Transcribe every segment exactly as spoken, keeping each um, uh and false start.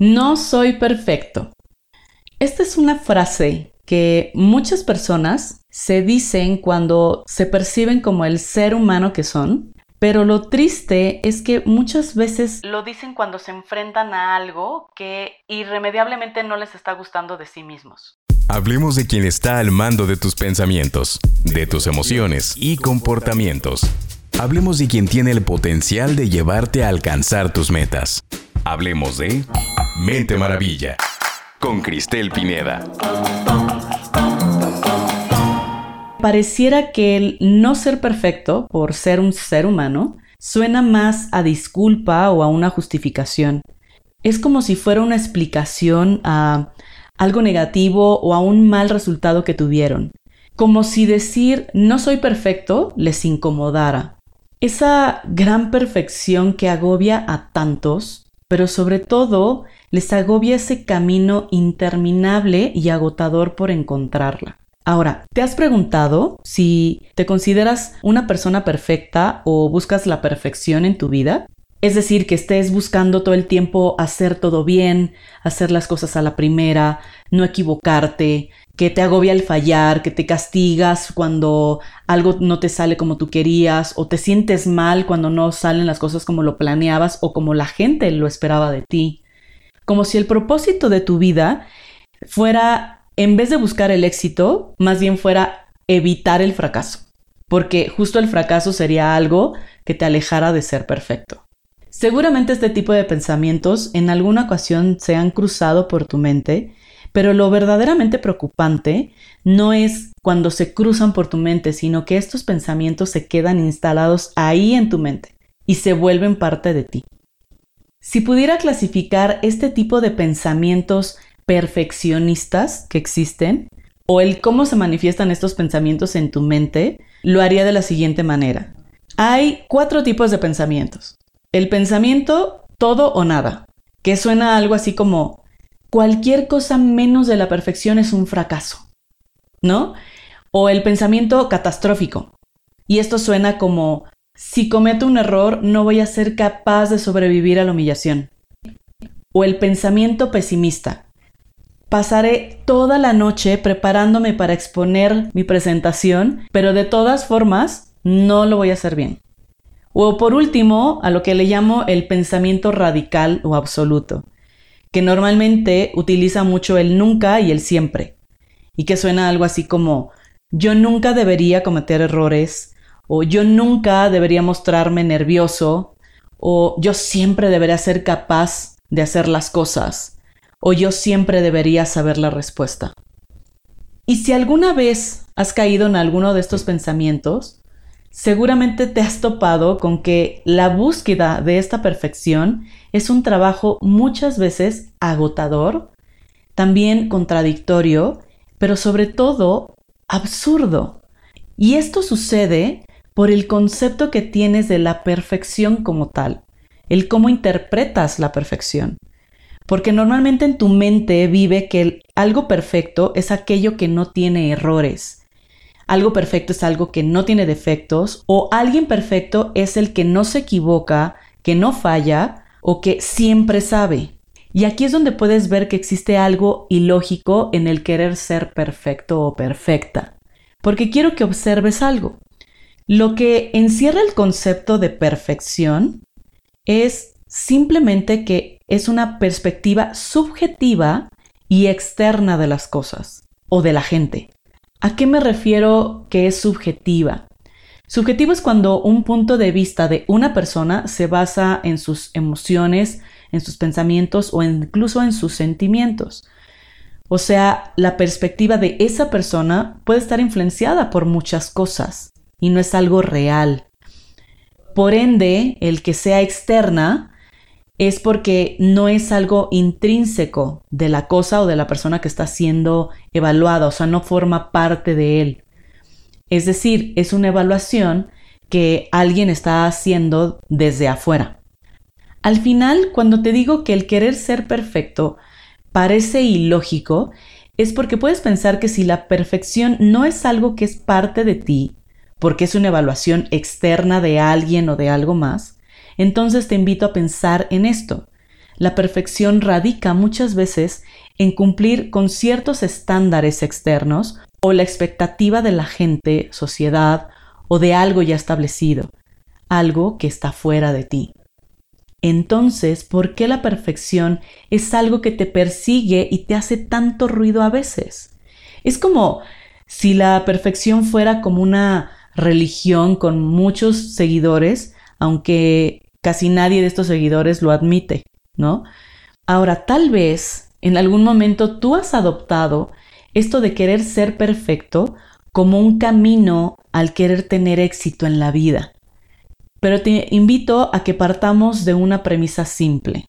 No soy perfecto. Esta es una frase que muchas personas se dicen cuando se perciben como el ser humano que son, pero lo triste es que muchas veces lo dicen cuando se enfrentan a algo que irremediablemente no les está gustando de sí mismos. Hablemos de quien está al mando de tus pensamientos, de tus emociones y comportamientos. Hablemos de quien tiene el potencial de llevarte a alcanzar tus metas. Hablemos de Mente Maravilla, con Cristel Pineda. Pareciera que el no ser perfecto, por ser un ser humano, suena más a disculpa o a una justificación. Es como si fuera una explicación a algo negativo o a un mal resultado que tuvieron. Como si decir no soy perfecto les incomodara. Esa gran perfección que agobia a tantos, pero sobre todo les agobia ese camino interminable y agotador por encontrarla. Ahora, ¿te has preguntado si te consideras una persona perfecta o buscas la perfección en tu vida? Es decir, que estés buscando todo el tiempo hacer todo bien, hacer las cosas a la primera, no equivocarte, que te agobia el fallar, que te castigas cuando algo no te sale como tú querías, o te sientes mal cuando no salen las cosas como lo planeabas o como la gente lo esperaba de ti. Como si el propósito de tu vida fuera, en vez de buscar el éxito, más bien fuera evitar el fracaso, porque justo el fracaso sería algo que te alejara de ser perfecto. Seguramente este tipo de pensamientos en alguna ocasión se han cruzado por tu mente, pero lo verdaderamente preocupante no es cuando se cruzan por tu mente, sino que estos pensamientos se quedan instalados ahí en tu mente y se vuelven parte de ti. Si pudiera clasificar este tipo de pensamientos perfeccionistas que existen, o el cómo se manifiestan estos pensamientos en tu mente, lo haría de la siguiente manera. Hay cuatro tipos de pensamientos. El pensamiento todo o nada, que suena algo así como cualquier cosa menos de la perfección es un fracaso, ¿no? O el pensamiento catastrófico, y esto suena como si cometo un error no voy a ser capaz de sobrevivir a la humillación. O el pensamiento pesimista. Pasaré toda la noche preparándome para exponer mi presentación, pero de todas formas no lo voy a hacer bien. O por último, a lo que le llamo el pensamiento radical o absoluto, que normalmente utiliza mucho el nunca y el siempre, y que suena algo así como yo nunca debería cometer errores, o yo nunca debería mostrarme nervioso, o yo siempre debería ser capaz de hacer las cosas, o yo siempre debería saber la respuesta. Y si alguna vez has caído en alguno de estos pensamientos, seguramente te has topado con que la búsqueda de esta perfección es un trabajo muchas veces agotador, también contradictorio, pero sobre todo absurdo. Y esto sucede por el concepto que tienes de la perfección como tal, el cómo interpretas la perfección. Porque normalmente en tu mente vive que el, algo perfecto es aquello que no tiene errores. Algo perfecto es algo que no tiene defectos, o alguien perfecto es el que no se equivoca, que no falla o que siempre sabe. Y aquí es donde puedes ver que existe algo ilógico en el querer ser perfecto o perfecta. Porque quiero que observes algo. Lo que encierra el concepto de perfección es simplemente que es una perspectiva subjetiva y externa de las cosas o de la gente. ¿A qué me refiero que es subjetiva? Subjetivo es cuando un punto de vista de una persona se basa en sus emociones, en sus pensamientos o incluso en sus sentimientos. O sea, la perspectiva de esa persona puede estar influenciada por muchas cosas y no es algo real. Por ende, el que sea externa es porque no es algo intrínseco de la cosa o de la persona que está siendo evaluada, o sea, no forma parte de él. Es decir, es una evaluación que alguien está haciendo desde afuera. Al final, cuando te digo que el querer ser perfecto parece ilógico, es porque puedes pensar que si la perfección no es algo que es parte de ti, porque es una evaluación externa de alguien o de algo más, entonces te invito a pensar en esto. La perfección radica muchas veces en cumplir con ciertos estándares externos o la expectativa de la gente, sociedad o de algo ya establecido, algo que está fuera de ti. Entonces, ¿por qué la perfección es algo que te persigue y te hace tanto ruido a veces? Es como si la perfección fuera como una religión con muchos seguidores, aunque casi nadie de estos seguidores lo admite, ¿no? Ahora, tal vez en algún momento tú has adoptado esto de querer ser perfecto como un camino al querer tener éxito en la vida. Pero te invito a que partamos de una premisa simple.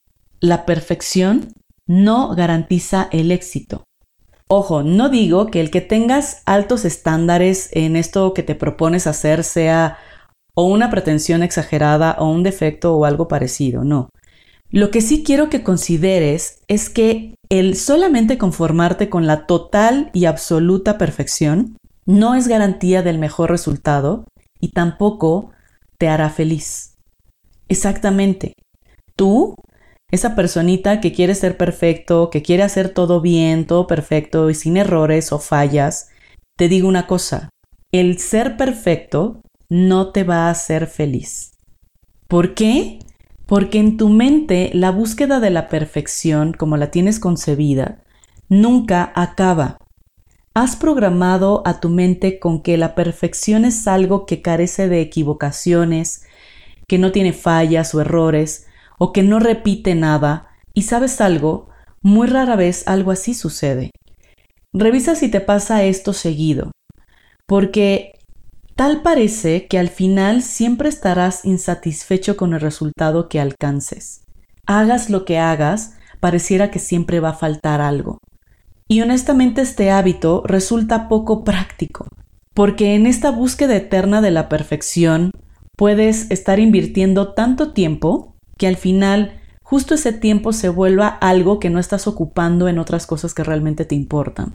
La perfección no garantiza el éxito. Ojo, no digo que el que tengas altos estándares en esto que te propones hacer sea o una pretensión exagerada o un defecto o algo parecido, no. Lo que sí quiero que consideres es que el solamente conformarte con la total y absoluta perfección no es garantía del mejor resultado y tampoco te hará feliz. Exactamente. Tú, esa personita que quiere ser perfecto, que quiere hacer todo bien, todo perfecto y sin errores o fallas, te digo una cosa, el ser perfecto no te va a hacer feliz. ¿Por qué? Porque en tu mente la búsqueda de la perfección, como la tienes concebida, nunca acaba. Has programado a tu mente con que la perfección es algo que carece de equivocaciones, que no tiene fallas o errores, o que no repite nada, y ¿sabes algo? Muy rara vez algo así sucede. Revisa si te pasa esto seguido, porque tal parece que al final siempre estarás insatisfecho con el resultado que alcances. Hagas lo que hagas, pareciera que siempre va a faltar algo. Y honestamente este hábito resulta poco práctico, porque en esta búsqueda eterna de la perfección puedes estar invirtiendo tanto tiempo que al final justo ese tiempo se vuelva algo que no estás ocupando en otras cosas que realmente te importan.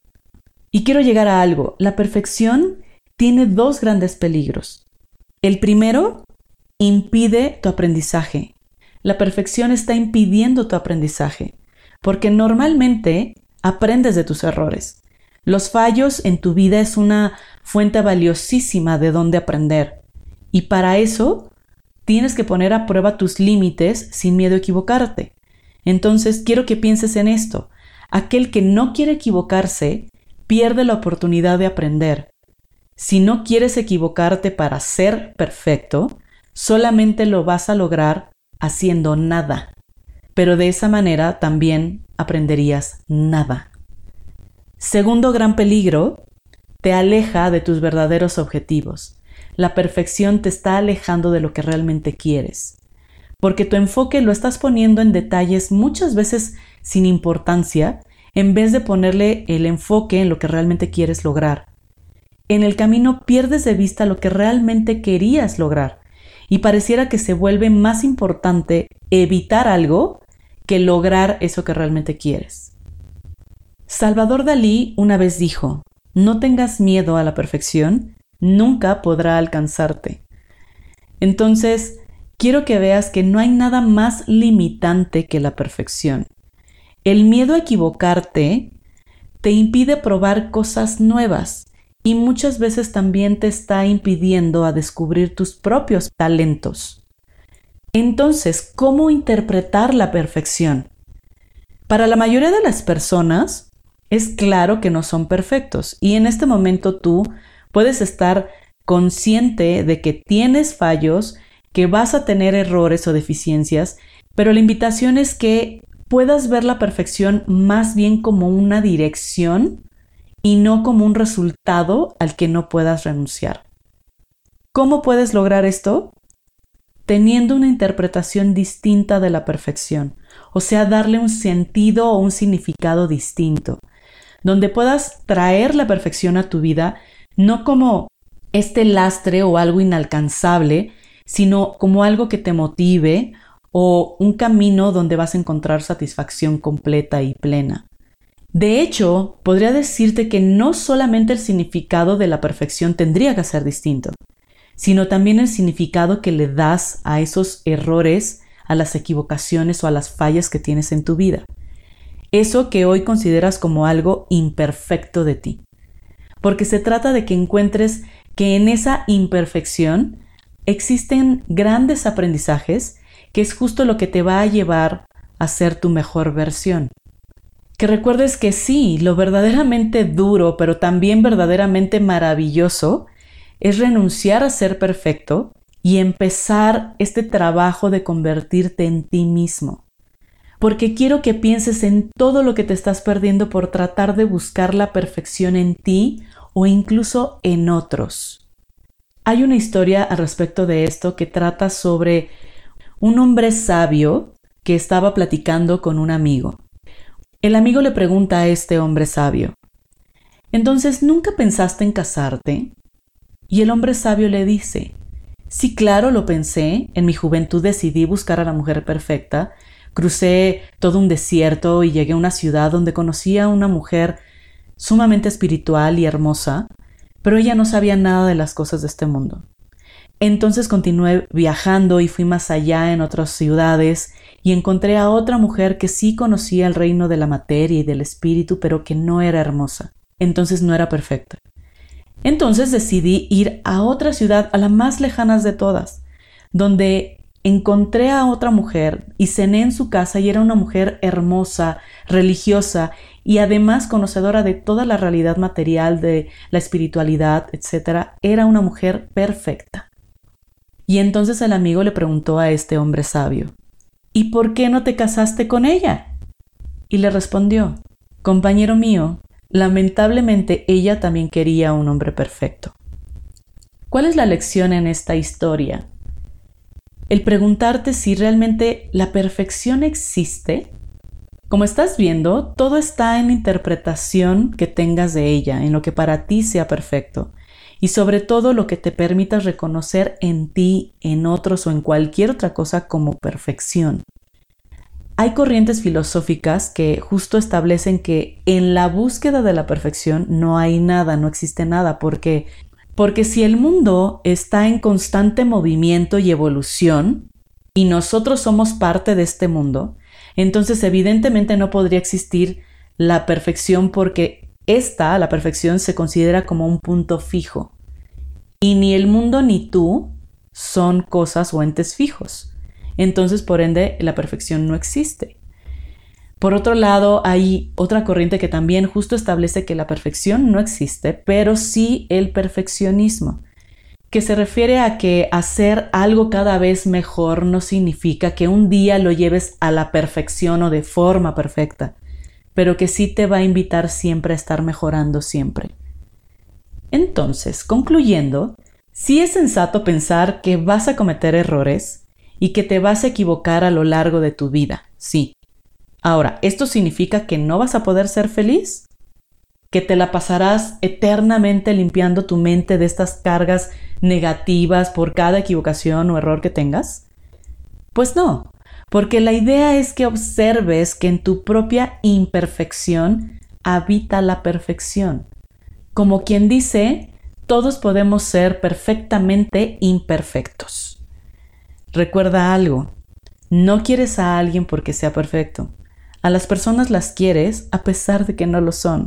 Y quiero llegar a algo. La perfección tiene dos grandes peligros. El primero, impide tu aprendizaje. La perfección está impidiendo tu aprendizaje, porque normalmente aprendes de tus errores. Los fallos en tu vida es una fuente valiosísima de dónde aprender. Y para eso tienes que poner a prueba tus límites sin miedo a equivocarte. Entonces quiero que pienses en esto. Aquel que no quiere equivocarse pierde la oportunidad de aprender. Si no quieres equivocarte para ser perfecto, solamente lo vas a lograr haciendo nada. Pero de esa manera también aprenderías nada. Segundo gran peligro, te aleja de tus verdaderos objetivos. La perfección te está alejando de lo que realmente quieres, porque tu enfoque lo estás poniendo en detalles muchas veces sin importancia, en vez de ponerle el enfoque en lo que realmente quieres lograr. En el camino pierdes de vista lo que realmente querías lograr y pareciera que se vuelve más importante evitar algo que lograr eso que realmente quieres. Salvador Dalí una vez dijo, no tengas miedo a la perfección, nunca podrá alcanzarte. Entonces, quiero que veas que no hay nada más limitante que la perfección. El miedo a equivocarte te impide probar cosas nuevas y muchas veces también te está impidiendo a descubrir tus propios talentos. Entonces, ¿cómo interpretar la perfección? Para la mayoría de las personas, es claro que no son perfectos y en este momento tú puedes estar consciente de que tienes fallos, que vas a tener errores o deficiencias, pero la invitación es que puedas ver la perfección más bien como una dirección y no como un resultado al que no puedas renunciar. ¿Cómo puedes lograr esto? Teniendo una interpretación distinta de la perfección, o sea, darle un sentido o un significado distinto, donde puedas traer la perfección a tu vida no como este lastre o algo inalcanzable, sino como algo que te motive o un camino donde vas a encontrar satisfacción completa y plena. De hecho, podría decirte que no solamente el significado de la perfección tendría que ser distinto, sino también el significado que le das a esos errores, a las equivocaciones o a las fallas que tienes en tu vida. Eso que hoy consideras como algo imperfecto de ti. Porque se trata de que encuentres que en esa imperfección existen grandes aprendizajes, que es justo lo que te va a llevar a ser tu mejor versión. Que recuerdes que sí, lo verdaderamente duro, pero también verdaderamente maravilloso, es renunciar a ser perfecto y empezar este trabajo de convertirte en ti mismo. Porque quiero que pienses en todo lo que te estás perdiendo por tratar de buscar la perfección en ti o incluso en otros. Hay una historia al respecto de esto que trata sobre un hombre sabio que estaba platicando con un amigo. El amigo le pregunta a este hombre sabio: ¿entonces nunca pensaste en casarte? Y el hombre sabio le dice: sí, claro, lo pensé. En mi juventud decidí buscar a la mujer perfecta. Crucé todo un desierto y llegué a una ciudad donde conocí a una mujer sumamente espiritual y hermosa, pero ella no sabía nada de las cosas de este mundo. Entonces continué viajando y fui más allá en otras ciudades y encontré a otra mujer que sí conocía el reino de la materia y del espíritu, pero que no era hermosa. Entonces no era perfecta. Entonces decidí ir a otra ciudad, a la más lejana de todas, donde encontré a otra mujer y cené en su casa y era una mujer hermosa, religiosa y además conocedora de toda la realidad material, de la espiritualidad, etcétera. Era una mujer perfecta. Y entonces el amigo le preguntó a este hombre sabio: ¿y por qué no te casaste con ella? Y le respondió: compañero mío, lamentablemente ella también quería un hombre perfecto. ¿Cuál es la lección en esta historia? El preguntarte si realmente la perfección existe. Como estás viendo, todo está en la interpretación que tengas de ella, en lo que para ti sea perfecto. Y sobre todo lo que te permitas reconocer en ti, en otros o en cualquier otra cosa como perfección. Hay corrientes filosóficas que justo establecen que en la búsqueda de la perfección no hay nada, no existe nada, porque porque si el mundo está en constante movimiento y evolución y nosotros somos parte de este mundo, entonces evidentemente no podría existir la perfección, porque esta, la perfección, se considera como un punto fijo. Y ni el mundo ni tú son cosas o entes fijos. Entonces, por ende, la perfección no existe. Por otro lado, hay otra corriente que también justo establece que la perfección no existe, pero sí el perfeccionismo, que se refiere a que hacer algo cada vez mejor no significa que un día lo lleves a la perfección o de forma perfecta, pero que sí te va a invitar siempre a estar mejorando siempre. Entonces, concluyendo, sí es sensato pensar que vas a cometer errores y que te vas a equivocar a lo largo de tu vida, sí. Ahora, ¿esto significa que no vas a poder ser feliz? ¿Que te la pasarás eternamente limpiando tu mente de estas cargas negativas por cada equivocación o error que tengas? Pues no, porque la idea es que observes que en tu propia imperfección habita la perfección. Como quien dice, todos podemos ser perfectamente imperfectos. Recuerda algo, no quieres a alguien porque sea perfecto. A las personas las quieres a pesar de que no lo son.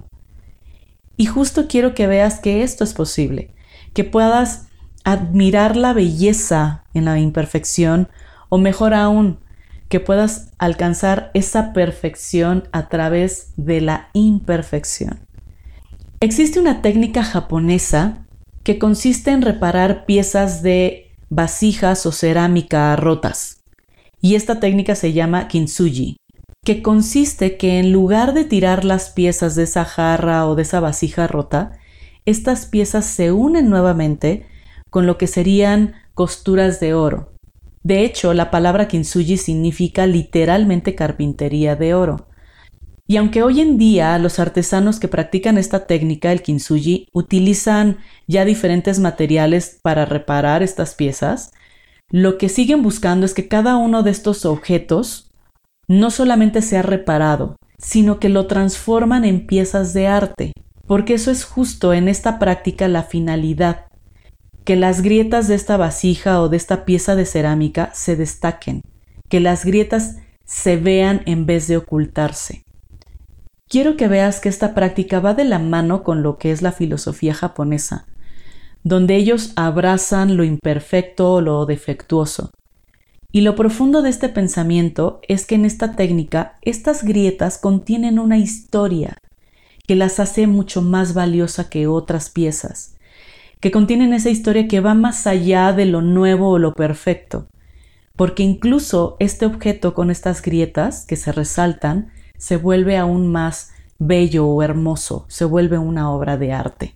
Y justo quiero que veas que esto es posible, que puedas admirar la belleza en la imperfección, o mejor aún, que puedas alcanzar esa perfección a través de la imperfección. Existe una técnica japonesa que consiste en reparar piezas de vasijas o cerámica rotas, y esta técnica se llama kintsugi, que consiste que en lugar de tirar las piezas de esa jarra o de esa vasija rota, estas piezas se unen nuevamente con lo que serían costuras de oro. De hecho, la palabra kintsugi significa literalmente carpintería de oro. Y aunque hoy en día los artesanos que practican esta técnica, el kintsugi, utilizan ya diferentes materiales para reparar estas piezas, lo que siguen buscando es que cada uno de estos objetos no solamente sea reparado, sino que lo transforman en piezas de arte, porque eso es justo en esta práctica la finalidad, que las grietas de esta vasija o de esta pieza de cerámica se destaquen que las grietas se vean en vez de ocultarse. Quiero que veas que esta práctica va de la mano con lo que es la filosofía japonesa, donde ellos abrazan lo imperfecto o lo defectuoso. Y lo profundo de este pensamiento es que en esta técnica, estas grietas contienen una historia que las hace mucho más valiosa que otras piezas, que contienen esa historia que va más allá de lo nuevo o lo perfecto, porque incluso este objeto con estas grietas que se resaltan se vuelve aún más bello o hermoso, se vuelve una obra de arte.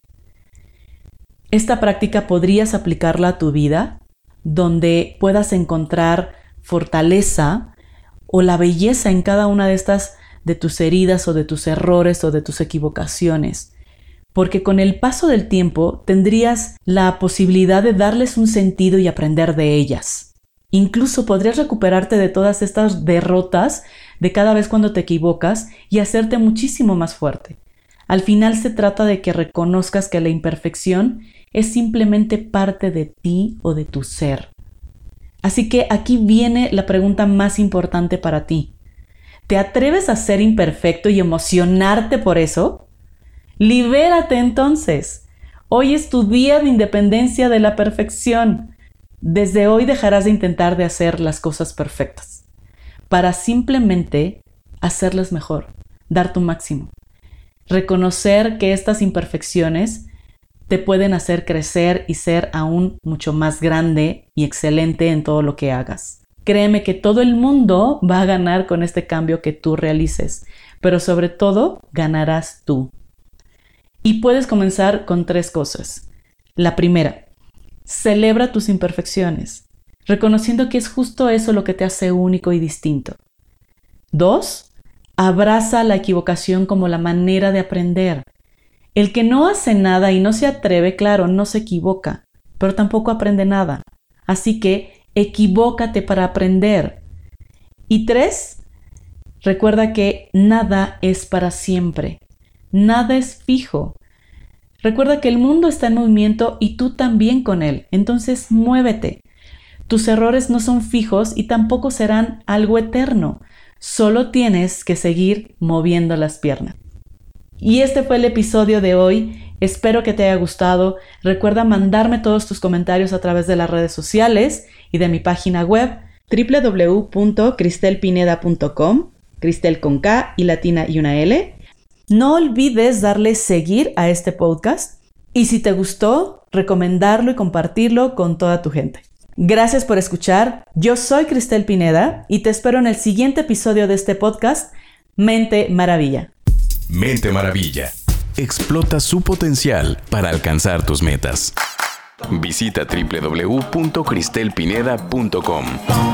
Esta práctica podrías aplicarla a tu vida, donde puedas encontrar fortaleza o la belleza en cada una de estas de tus heridas o de tus errores o de tus equivocaciones, porque con el paso del tiempo tendrías la posibilidad de darles un sentido y aprender de ellas. Incluso podrías recuperarte de todas estas derrotas de cada vez cuando te equivocas y hacerte muchísimo más fuerte. Al final se trata de que reconozcas que la imperfección es simplemente parte de ti o de tu ser. Así que aquí viene la pregunta más importante para ti. ¿Te atreves a ser imperfecto y emocionarte por eso? ¡Libérate entonces! Hoy es tu día de independencia de la perfección. Desde hoy dejarás de intentar de hacer las cosas perfectas, para simplemente hacerlas mejor, dar tu máximo. Reconocer que estas imperfecciones te pueden hacer crecer y ser aún mucho más grande y excelente en todo lo que hagas. Créeme que todo el mundo va a ganar con este cambio que tú realices, pero sobre todo ganarás tú. Y puedes comenzar con tres cosas. La primera, celebra tus imperfecciones, reconociendo que es justo eso lo que te hace único y distinto. Dos, abraza la equivocación como la manera de aprender. El que no hace nada y no se atreve, claro, no se equivoca, pero tampoco aprende nada. Así que equivócate para aprender. Y tres, recuerda que nada es para siempre, nada es fijo. Recuerda que el mundo está en movimiento y tú también con él, entonces muévete. Tus errores no son fijos y tampoco serán algo eterno. Solo tienes que seguir moviendo las piernas. Y este fue el episodio de hoy. Espero que te haya gustado. Recuerda mandarme todos tus comentarios a través de las redes sociales y de mi página web doble u doble u doble u punto cristel pineda punto com, Cristel con K y latina y una L. No olvides darle seguir a este podcast y si te gustó, recomendarlo y compartirlo con toda tu gente. Gracias por escuchar. Yo soy Cristel Pineda y te espero en el siguiente episodio de este podcast, Mente Maravilla. Mente Maravilla. Explota su potencial para alcanzar tus metas. Visita doble u doble u doble u punto cristel pineda punto com.